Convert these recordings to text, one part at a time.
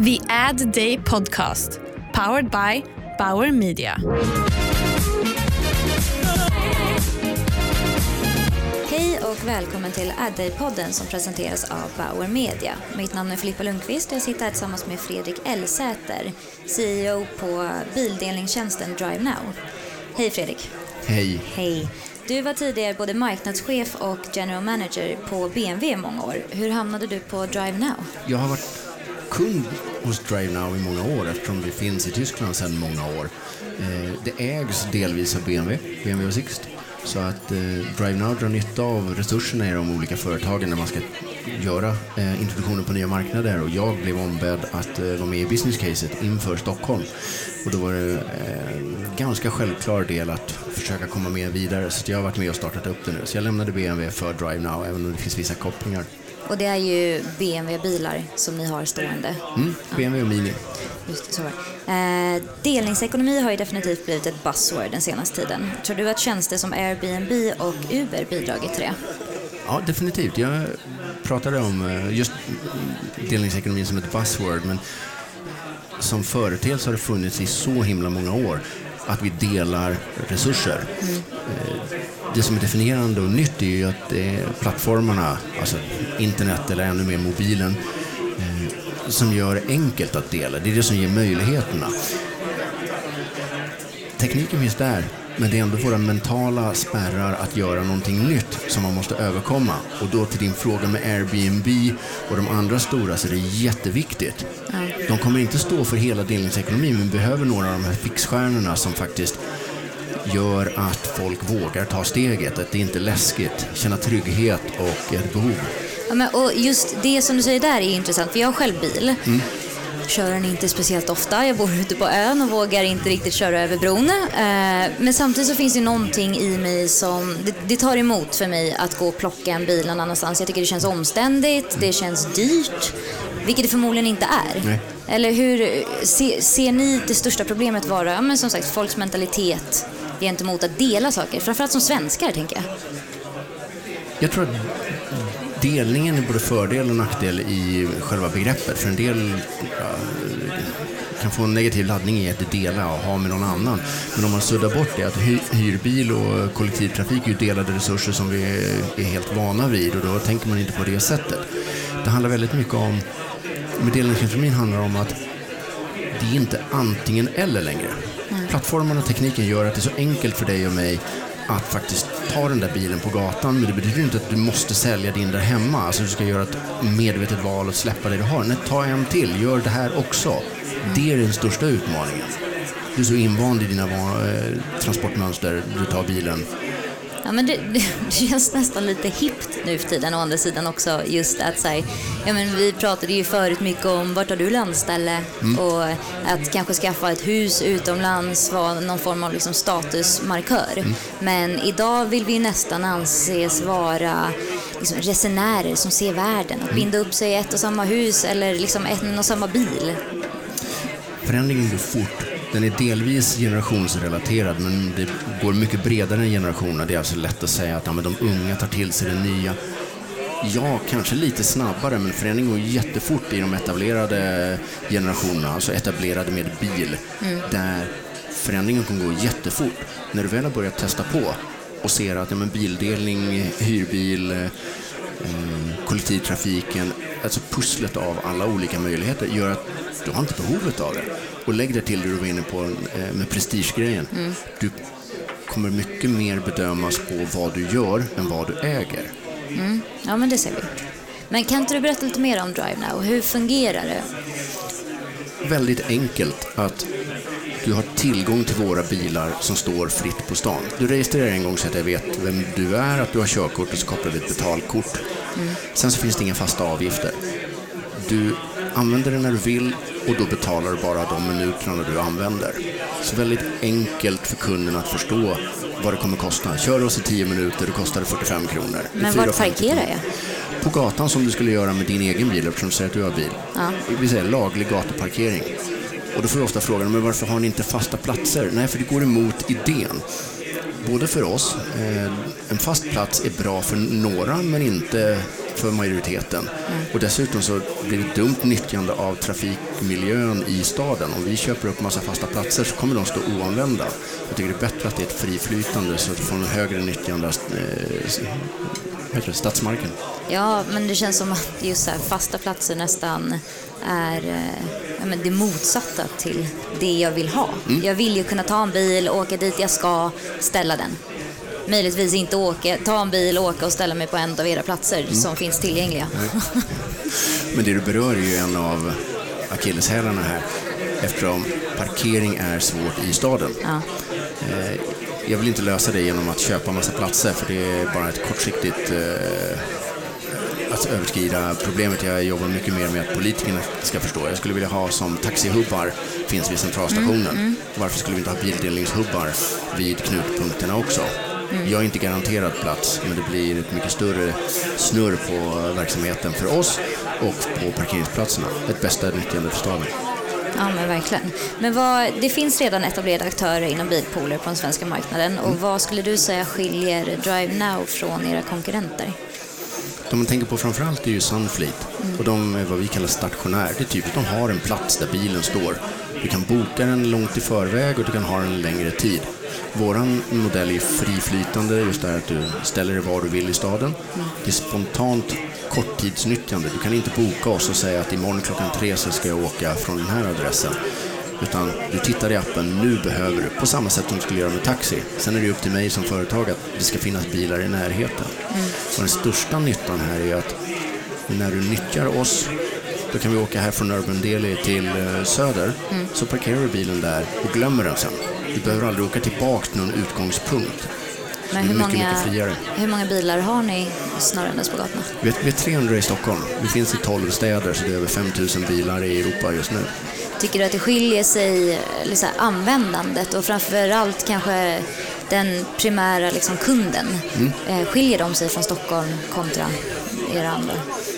The Ad Day Podcast, powered by Bauer Media. Hej och välkommen till Ad Day-podden som presenteras av Bauer Media. Mitt namn är Filippa Lundqvist och jag sitter här tillsammans med Fredrik Elsäter, CEO på bildelningstjänsten Drive Now. Hej Fredrik. Hej. Hej. Du var tidigare både marknadschef och general manager på BMW i många år. Hur hamnade du på Drive Now? Jag har varit kund hos Drive Now i många år eftersom vi finns i Tyskland sedan många år. Det ägs delvis av BMW och Sixt. Så att Drive Now drar nytta av resurserna i de olika företagen när man ska göra introduktioner på nya marknader. Och jag blev ombedd att vara med i business-caset inför Stockholm. Och då var det ganska självklar del att försöka komma med vidare. Så jag har varit med och startat upp det nu. Så jag lämnade BMW för Drive Now, även om det finns vissa kopplingar. Och det är ju BMW-bilar som ni har stående. BMW och Mini. Just det, så var det. Delningsekonomi har ju definitivt blivit ett buzzword den senaste tiden. Tror du att tjänster som Airbnb och Uber bidragit till det? Ja, definitivt. Jag pratade om just delningsekonomin som ett buzzword, men som företeelse har det funnits i så himla många år att vi delar resurser. Det som är definierande och nytt är ju att plattformarna, alltså internet eller ännu mer mobilen, som gör det enkelt att dela. Det är det som ger möjligheterna. Tekniken finns där, men det är ändå våra mentala spärrar att göra någonting nytt som man måste överkomma. Och då till din fråga med Airbnb och de andra stora, så är det jätteviktigt. De kommer inte stå för hela delningsekonomin, men behöver några av de här fixstjärnorna som faktiskt gör att folk vågar ta steget, att det inte är läskigt, känna trygghet och ett behov. Ja, men, och just det som du säger där är intressant, för jag har själv bil. Kör den inte speciellt ofta. Jag bor ute på ön och vågar inte riktigt köra över bron. Men samtidigt så finns det någonting i mig som... Det tar emot för mig att gå och plocka en bil någon annanstans. Jag tycker det känns omständigt, det känns dyrt, vilket det förmodligen inte är. Nej. Eller hur ser ni det största problemet vara? Men som sagt, folks mentalitet gentemot att dela saker. Framförallt som svenskar, tänker jag. Jag tror att delningen är både fördel och nackdel i själva begreppet. För en del kan få en negativ laddning i att dela och ha med någon annan. Men om man suddar bort det, att hyrbil och kollektivtrafik är ju delade resurser som vi är helt vana vid, och då tänker man inte på det sättet. Det handlar väldigt mycket om, med delningsekonomin handlar om att det är inte antingen eller längre. Plattformarna och tekniken gör att det är så enkelt för dig och mig att faktiskt ta den där bilen på gatan, men det betyder inte att du måste sälja din där hemma. Alltså du ska göra ett medvetet val och släppa det du har. Nej, ta en till, gör det här också. Det är den största utmaningen. Du är så invand i dina transportmönster, du tar bilen. Ja, men det känns nästan lite hippt nu för tiden, å andra sidan också, just att säga, ja, men vi pratade ju förut mycket om vart har du landställe, och att kanske skaffa ett hus utomlands var någon form av liksom statusmarkör. Men idag vill vi nästan anses vara liksom resenärer som ser världen, att binda upp sig i ett och samma hus eller liksom en och samma bil. Förändringen går fort. Den är delvis generationsrelaterad, men det går mycket bredare än generationer. Det är alltså lätt att säga att men de unga tar till sig det nya. Ja, kanske lite snabbare, men förändringen går jättefort i de etablerade generationerna, alltså etablerade med bil, där förändringen kan gå jättefort. När du väl har börjat testa på och ser att bildelning, hyrbil, kollektivtrafiken, alltså pusslet av alla olika möjligheter gör att du har inte behovet av det. Och lägg det till det du var inne på med prestigegrejen. Du kommer mycket mer bedömas på vad du gör än vad du äger. Ja, men det ser vi. Men kan inte du berätta lite mer om Drive Now? Hur fungerar det? Väldigt enkelt att du har tillgång till våra bilar som står fritt på stan. Du registrerar en gång så att jag vet vem du är, att du har körkort, och så kopplar du ett betalkort. Sen så finns det inga fasta avgifter. Du använder det när du vill, och då betalar du bara de minuterna du använder. Så väldigt enkelt för kunden att förstå vad det kommer kosta. Kör oss i 10 minuter, det kostar 45 kronor. Men var parkerar jag? På gatan, som du skulle göra med din egen bil, eftersom du säger att du har bil. Ja. Vi säger laglig gatuparkering. Och då får vi ofta frågan, men varför har ni inte fasta platser? Nej, för det går emot idén. Både för oss, en fast plats är bra för några, men inte för majoriteten. Och dessutom så blir det dumt nyttjande av trafikmiljön i staden. Om vi köper upp massa fasta platser så kommer de stå oanvända. Jag tycker det är bättre att det är ett friflytande så att du får en högre nyttjande av stadsmarken. Ja, men det känns som att just så här, fasta platser nästan är det motsatta till det jag vill ha. Jag vill ju kunna ta en bil, åka dit jag ska, ställa den. Möjligtvis inte ta en bil, åka och ställa mig på en av era platser som finns tillgängliga. Men det du berör är ju en av akilleshälarna här, eftersom parkering är svårt i staden. Ja. Jag vill inte lösa det genom att köpa massa platser, för det är bara ett kortsiktigt att överskrida problemet. Jag jobbar mycket mer med att politikerna ska förstå. Jag skulle vilja ha som taxihubbar finns vid centralstationen. Varför skulle vi inte ha bildelningshubbar vid knutpunkterna också? Jag är inte garanterad plats, men det blir ett mycket större snurr på verksamheten för oss och på parkeringsplatserna. Ett bästa nyttjande för staden. Ja, men verkligen. Men det finns redan etablerade aktörer inom bilpooler på den svenska marknaden. Och vad skulle du säga skiljer Drive Now från era konkurrenter? De man tänker på framförallt är ju Sunfleet. Och de är vad vi kallar stationär. Det är typ att de har en plats där bilen står. Du kan boka den långt i förväg och du kan ha den längre tid. Våran modell är friflytande, just där att du ställer dig var du vill i staden. Det är spontant korttidsnyttjande. Du kan inte boka oss och säga att imorgon 3:00 så ska jag åka från den här adressen. Utan du tittar i appen, nu behöver du. På samma sätt som du skulle göra med taxi. Sen är det upp till mig som företag att det ska finnas bilar i närheten. Och den största nyttan här är att när du nyttjar oss, då kan vi åka här från Urban Deli till Söder. Så parkerar du bilen där och glömmer den sen. Du behöver aldrig åka tillbaka till någon utgångspunkt. Men hur många bilar har ni snurrandes på gatorna? Vi är 300 i Stockholm. Vi finns i 12 städer, så det är över 5000 bilar i Europa just nu. Tycker du att det skiljer sig liksom, användandet och framförallt kanske den primära liksom, kunden? Skiljer de sig från Stockholm kontra era andra?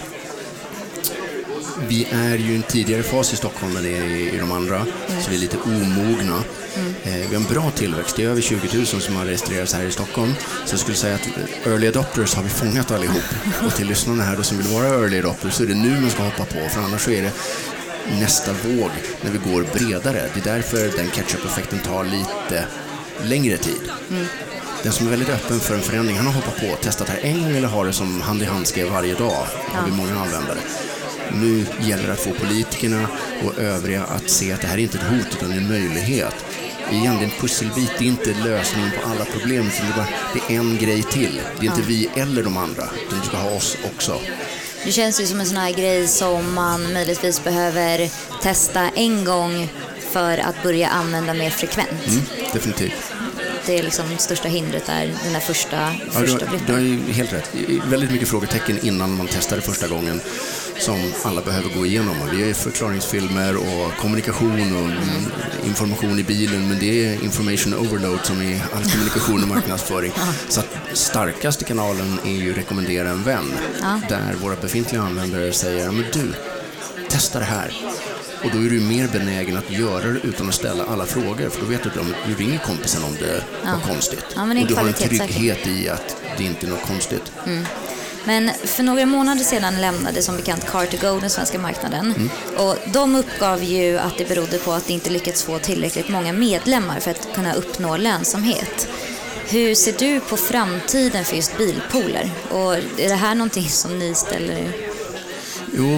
Vi är ju en tidigare fas i Stockholm än i de andra, så vi är lite omogna. Vi har en bra tillväxt, det är över 20 000 som har registrerats här i Stockholm. Så jag skulle säga att early adopters har vi fångat allihop. Och till lyssnarna här då som vill vara early adopters så är det nu man ska hoppa på, för annars så är det nästa våg när vi går bredare. Det är därför den catch-up-effekten tar lite längre tid. Den som är väldigt öppen för en förändring, han har hoppat på, testat här en gång eller har det som hand i handske varje dag. Har vi många användare. Nu gäller det att få politikerna och övriga att se att det här är inte ett hot utan en möjlighet. Igen, det är en pusselbit, det är inte lösningen på alla problem, det är en grej till. Det är inte vi eller de andra, utan du ska ha oss också. Det känns ju som en sån här grej som man möjligtvis behöver testa en gång för att börja använda mer frekvent. Definitivt. Det är liksom största hindret där, den där första blippen. Du har ju helt rätt. Väldigt mycket frågetecken innan man testar det första gången som alla behöver gå igenom. Och vi har förklaringsfilmer och kommunikation och information i bilen, men det är information overload som i all kommunikation och marknadsföring. Så att starkaste kanalen är ju rekommendera en vän. Där våra befintliga användare säger, men du, testa det här. Och då är du mer benägen att göra det utan att ställa alla frågor. För då vet du att du ringer kompisen om det var konstigt. Ja, men det är och du har en trygghet i att det inte är något konstigt. Men för några månader sedan lämnade som bekant Car2Go den svenska marknaden. Och de uppgav ju att det berodde på att det inte lyckats få tillräckligt många medlemmar för att kunna uppnå lönsamhet. Hur ser du på framtiden för just bilpooler? Och är det här någonting som ni ställer er? Jo,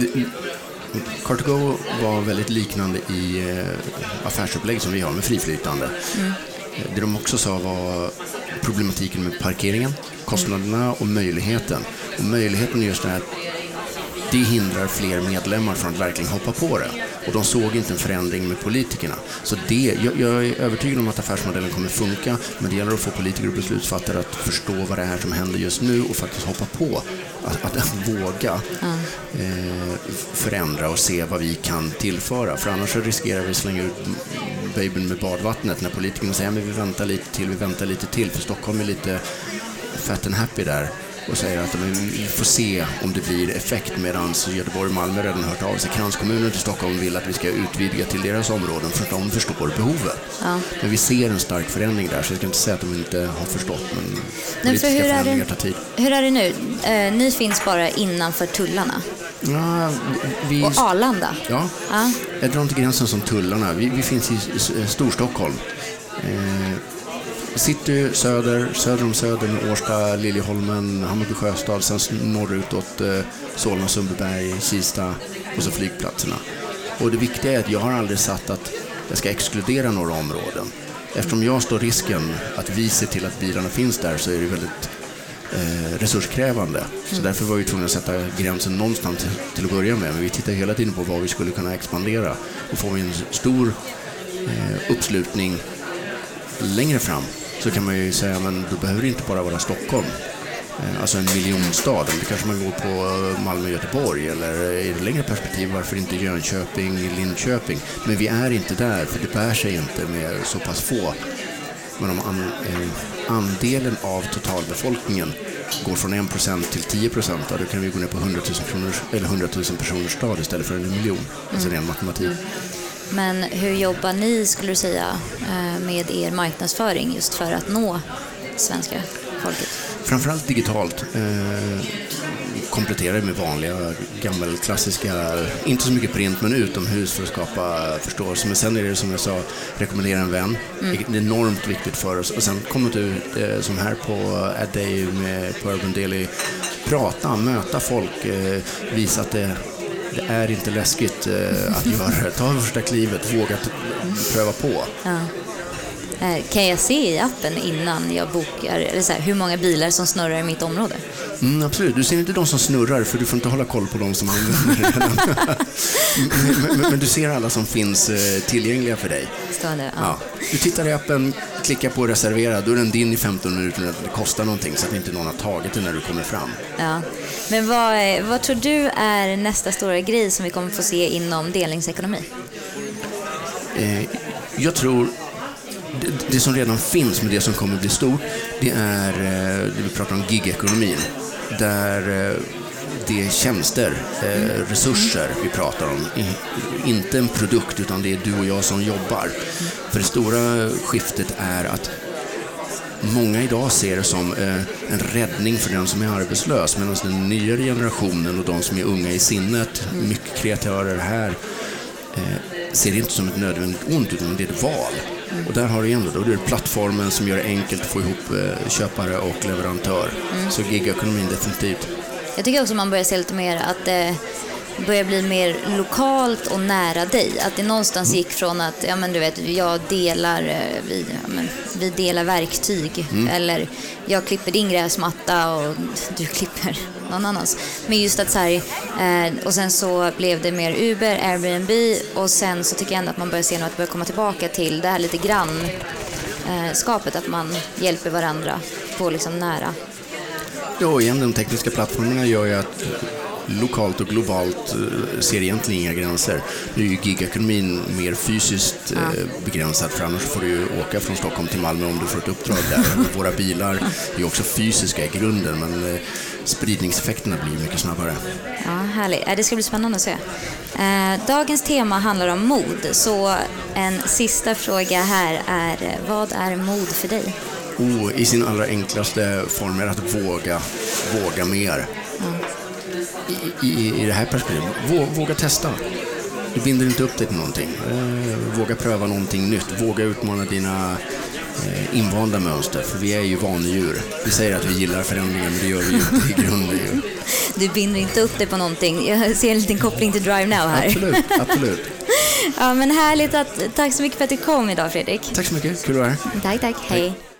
Car2Go var väldigt liknande i affärsupplägg som vi har med friflytande. Det de också sa var problematiken med parkeringen, kostnaderna och möjligheten. Och möjligheten är just det här att det hindrar fler medlemmar från att verkligen hoppa på det. Och de såg inte en förändring med politikerna. Så jag är övertygad om att affärsmodellen kommer funka, men det gäller att få politiker och beslutsfattare att förstå vad det är som händer just nu och faktiskt hoppa på. Att våga förändra och se vad vi kan tillföra. För annars så riskerar vi att slänga ut babyn med badvattnet när politikerna säger att vi väntar lite till, för Stockholm är lite fat and happy där. och säger att vi får se om det blir effekt, medan Göteborg och Malmö redan hört av sig. Kranskommunen till Stockholm vill att vi ska utvidga till deras områden för att de förstår behovet. Ja. Men vi ser en stark förändring där, så jag ska inte säga att de inte har förstått, men politiska förändringar tar tid. Hur är det nu? Ni finns bara innanför tullarna. Ja, och Arlanda. Ja, jag drar inte gränsen som tullarna. Vi finns i Storstockholm. City, söder om Södern, Årsta, Liljeholmen, Hammarby Sjöstad, sen norrut åt Solna, Sundbyberg, Kista och så flygplatserna. Och det viktiga är att jag har aldrig sagt att jag ska exkludera några områden. Eftersom jag står risken att vi ser till att bilarna finns där, så är det väldigt resurskrävande. Så därför var vi tvungna att sätta gränsen någonstans till att börja med. Men vi tittar hela tiden på vad vi skulle kunna expandera. Och får vi en stor uppslutning längre fram, så kan man ju säga, men då behöver det inte bara vara Stockholm. Alltså en miljonstad. Det kanske man går på Malmö och Göteborg, eller i det längre perspektiv, varför inte Jönköping, Linköping. Men vi är inte där, för det bär sig inte med så pass få. Men om andelen av totalbefolkningen går från 1% till 10%, då kan vi gå ner på 100 000 personers stad istället för 1 miljon. Alltså ren matematik. Men hur jobbar ni, skulle du säga, med er marknadsföring just för att nå svenska folket? Framförallt digitalt. Kompletterar med vanliga, gammalklassiska, inte så mycket print, men utomhus för att skapa förståelse. Men sen är det, som jag sa, rekommendera en vän. Det är enormt viktigt för oss. Och sen kommer du som här på A-Day på Urban Daily, prata, möta folk, visa att det är inte läskigt att göra det. Ta första klivet, våga pröva på. Ja. Kan jag se i appen innan jag bokar, eller så här, hur många bilar som snurrar i mitt område? Absolut, du ser inte de som snurrar, för du får inte hålla koll på de som använder men du ser alla som finns tillgängliga för dig. Stående, ja. Du tittar i appen, klickar på reservera, då är den din i 15 minuter när det kostar någonting, så att inte någon har tagit det när du kommer fram. Ja. Men vad tror du är nästa stora grej som vi kommer få se inom delningsekonomi? Jag tror det som redan finns, med det som kommer bli stort, det är det vi pratar om gigekonomin, där det är tjänster, resurser vi pratar om, inte en produkt, utan det är du och jag som jobbar. För det stora skiftet är att många idag ser det som en räddning för den som är arbetslös, medan den nyare generationen och de som är unga i sinnet, mycket kreatörer här, ser det inte som ett nödvändigt ont, utan det är ett val. Och där har du igen då, det är plattformen som gör det enkelt att få ihop köpare och leverantör. Så gigekonomin definitivt. Jag tycker också man börjar se lite mer att det börjar bli mer lokalt och nära dig. Att det någonstans gick från att, ja men du vet, jag delar, vi delar verktyg. Eller jag klipper din gräsmatta och du klipper någon annans. Men just att så här, och sen så blev det mer Uber, Airbnb, och sen så tycker jag ändå att man börjar se att börja komma tillbaka till det här lite grannskapet, att man hjälper varandra på liksom nära. Ja, igen, de tekniska plattformarna gör ju att lokalt och globalt ser egentligen inga gränser. Nu är ju gigekonomin mer fysiskt begränsad, för annars får du ju åka från Stockholm till Malmö om du får ett uppdrag där. Våra bilar är ju också fysiska i grunden, men spridningseffekterna blir mycket snabbare. Ja, härligt. Det ska bli spännande att se. Dagens tema handlar om mod, så en sista fråga här är, vad är mod för dig? I sin allra enklaste form är att våga mer. I det här perspektivet. Våga testa. Du binder inte upp dig till någonting. Våga pröva någonting nytt. Våga utmana dina invanda mönster. För vi är ju vanedjur. Vi säger att vi gillar förändringar, men det gör vi ju inte i grunden. Du binder inte upp dig på någonting. Jag ser en liten koppling till Drive Now här. Absolut. Ja, men härligt. Tack så mycket för att du kom idag, Fredrik. Tack så mycket. Kul att vara här. Tack. Hej.